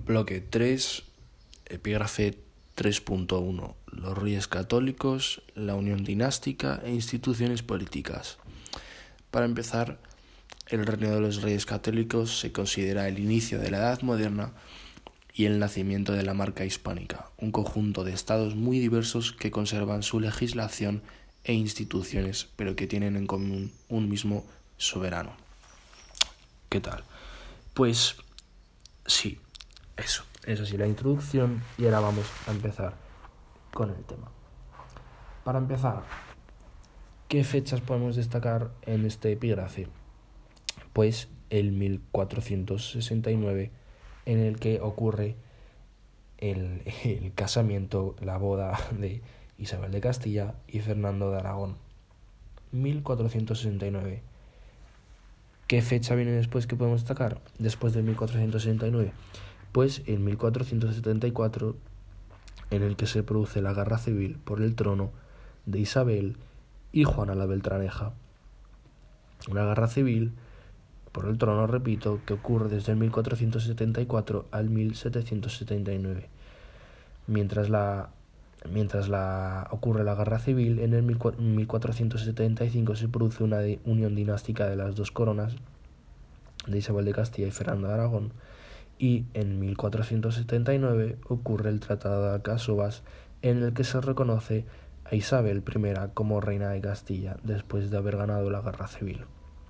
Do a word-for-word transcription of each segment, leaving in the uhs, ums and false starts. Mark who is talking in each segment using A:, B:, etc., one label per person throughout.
A: Bloque tres, epígrafe tres punto uno. Los reyes católicos, la unión dinástica e instituciones políticas. Para empezar, el reino de los reyes católicos se considera el inicio de la Edad Moderna y el nacimiento de la marca hispánica, un conjunto de estados muy diversos que conservan su legislación e instituciones, pero que tienen en común un mismo soberano. ¿Qué tal? Pues sí, eso, eso sí, la introducción, y ahora vamos a empezar con el tema. Para empezar, ¿qué fechas podemos destacar en este epígrafe? Pues el mil cuatrocientos sesenta y nueve, en el que ocurre el, el casamiento, la boda de Isabel de Castilla y Fernando de Aragón. mil cuatrocientos sesenta y nueve. ¿Qué fecha viene después que podemos destacar? Después de mil cuatrocientos sesenta y nueve. Pues en mil cuatrocientos setenta y cuatro, en el que se produce la guerra civil por el trono de Isabel y Juana la Beltraneja. Una guerra civil por el trono, repito, que ocurre desde el mil cuatrocientos setenta y cuatro al mil setecientos setenta y nueve. Mientras la, mientras la ocurre la guerra civil, en el mil cuatrocientos setenta y cinco se produce una de, unión dinástica de las dos coronas, de Isabel de Castilla y Fernando de Aragón, y en mil cuatrocientos setenta y nueve ocurre el Tratado de Alcasovas, en el que se reconoce a Isabel I como reina de Castilla después de haber ganado la guerra civil.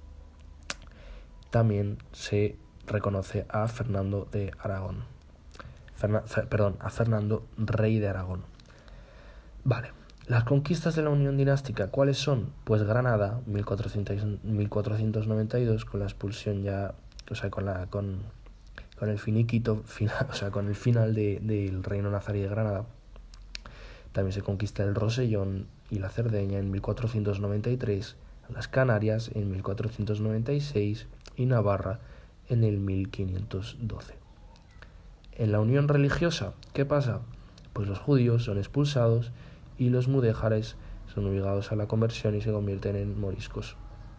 A: También se reconoce a Fernando de Aragón. Ferna, fer, perdón, a Fernando, rey de Aragón. Vale, las conquistas de la Unión Dinástica, ¿cuáles son? Pues Granada, mil cuatrocientos noventa y dos, con la expulsión ya, o sea, con la con, con el finiquito, final, o sea, con el final de, del reino nazarí de Granada. También se conquista el Rosellón y la Cerdeña en mil cuatrocientos noventa y tres, las Canarias en mil cuatrocientos noventa y seis y Navarra en el mil quinientos doce. En la unión religiosa, ¿qué pasa? Pues los judíos son expulsados y los mudéjares son obligados a la conversión y se convierten en moriscos.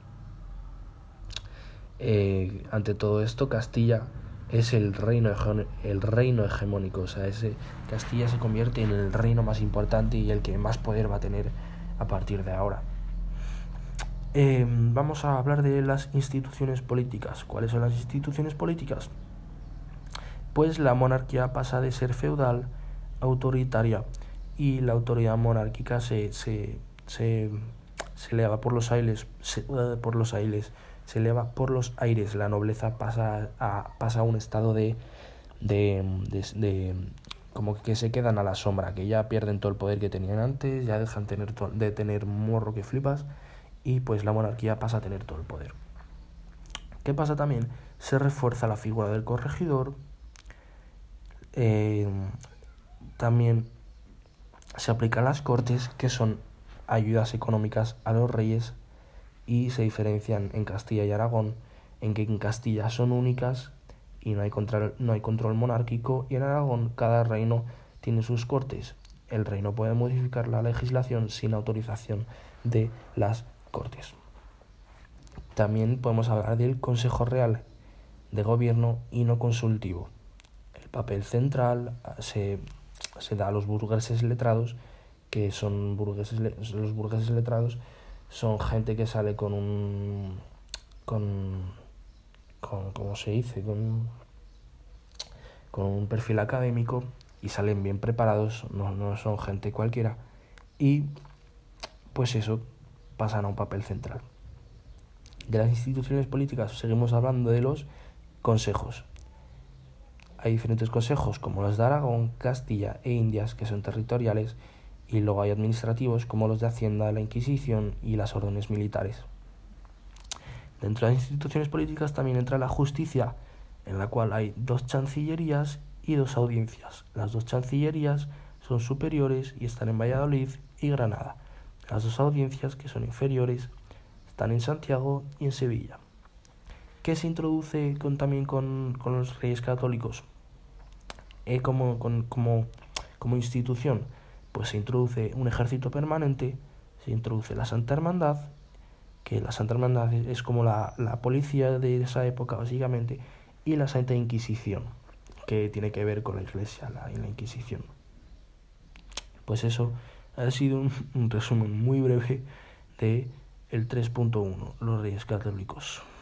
A: Eh, ante todo esto, Castilla es el reino, el reino hegemónico, o sea, ese, Castilla se convierte en el reino más importante y el que más poder va a tener a partir de ahora. Eh, vamos a hablar de las instituciones políticas. ¿Cuáles son las instituciones políticas? Pues la monarquía pasa de ser feudal a autoritaria y la autoridad monárquica se se se, se eleva por los aires, se, uh, por los aires, se eleva por los aires. La nobleza pasa a pasa a un estado de de, de de como que se quedan a la sombra, que ya pierden todo el poder que tenían antes, ya dejan tener to- de tener morro que flipas. Y pues la monarquía pasa a tener todo el poder. ¿Qué pasa también? Se refuerza la figura del corregidor. Eh, también se aplican las cortes, que son ayudas económicas a los reyes, y se diferencian en Castilla y Aragón, en que en Castilla son únicas y no hay control, no hay control monárquico, y en Aragón cada reino tiene sus cortes. El rey no puede modificar la legislación sin autorización de las Cortes. También podemos hablar del Consejo Real de Gobierno y no consultivo. El papel central se, se da a los burgueses letrados, que son burgueses, los burgueses letrados son gente que sale con un con con ¿cómo se dice? con con un perfil académico y salen bien preparados, no, no son gente cualquiera, y pues eso, pasan a un papel central. De las instituciones políticas seguimos hablando de los consejos. Hay diferentes consejos como los de Aragón, Castilla e Indias, que son territoriales, y luego hay administrativos como los de Hacienda, la Inquisición y las órdenes militares. Dentro de las instituciones políticas también entra la justicia, en la cual hay dos chancillerías y dos audiencias. Las dos chancillerías son superiores y están en Valladolid y Granada. Las dos audiencias, que son inferiores, están en Santiago y en Sevilla. ¿Qué se introduce con, también con, con los reyes católicos? Eh, como, con, como, como institución, pues se introduce un ejército permanente, se introduce la Santa Hermandad, que la Santa Hermandad es como la, la policía de esa época, básicamente, y la Santa Inquisición, que tiene que ver con la Iglesia la, y la Inquisición. Pues eso ha sido un, un resumen muy breve de el tres punto uno, los Reyes Católicos.